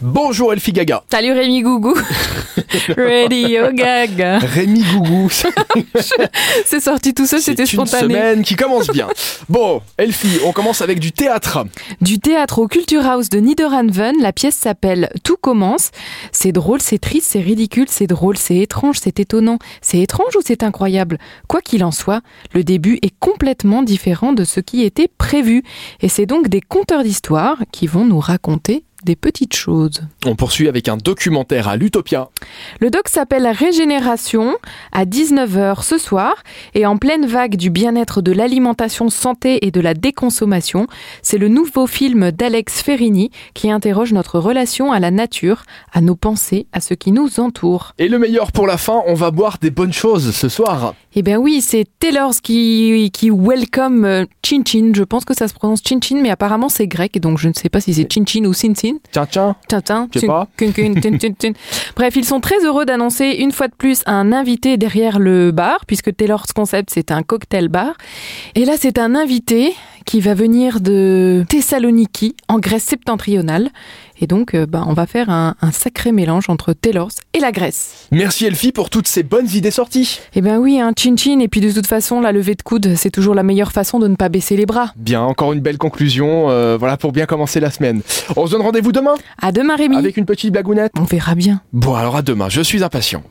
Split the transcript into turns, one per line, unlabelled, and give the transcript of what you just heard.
Bonjour Elfie Gaga.
Salut Rémi Gougou. Radio Gaga.
Rémi Gougou.
C'est sorti tout seul, c'était spontané.
C'est une semaine qui commence bien. Bon, Elfie, on commence avec du théâtre.
Du théâtre au Culture House de Niederhanven. La pièce s'appelle Tout commence. C'est drôle, c'est triste, c'est ridicule, c'est drôle, c'est étrange, c'est étonnant. C'est étrange ou c'est incroyable? Quoi qu'il en soit, le début est complètement différent de ce qui était prévu. Et c'est donc des conteurs d'histoire qui vont nous raconter des petites choses.
On poursuit avec un documentaire à l'Utopia.
Le doc s'appelle Régénération, à 19h ce soir, et en pleine vague du bien-être, de l'alimentation santé et de la déconsommation. C'est le nouveau film d'Alex Ferrini qui interroge notre relation à la nature, à nos pensées, à ce qui nous entoure.
Et le meilleur pour la fin, on va boire des bonnes choses ce soir.
Eh bien oui, c'est Taylor's qui welcome Chin Chin. Je pense que ça se prononce Chin Chin, mais apparemment c'est grec, donc je ne sais pas si c'est Chin Chin ou Sin Sin.
Tiens. Je sais pas.
Bref, ils sont très heureux d'annoncer une fois de plus un invité derrière le bar, puisque Taylor's Concept, c'est un cocktail bar. Et là, c'est un invité qui va venir de Thessaloniki, en Grèce septentrionale. Et donc, on va faire un sacré mélange entre Taylor's et la Grèce.
Merci Elfie pour toutes ces bonnes idées sorties.
Eh bien oui, chin chin. Et puis de toute façon, la levée de coude, c'est toujours la meilleure façon de ne pas baisser les bras.
Bien, encore une belle conclusion. Voilà pour bien commencer la semaine. On se donne rendez-vous demain.
À demain Rémi.
Avec une petite blagounette.
On verra bien.
Bon, alors à demain. Je suis impatient.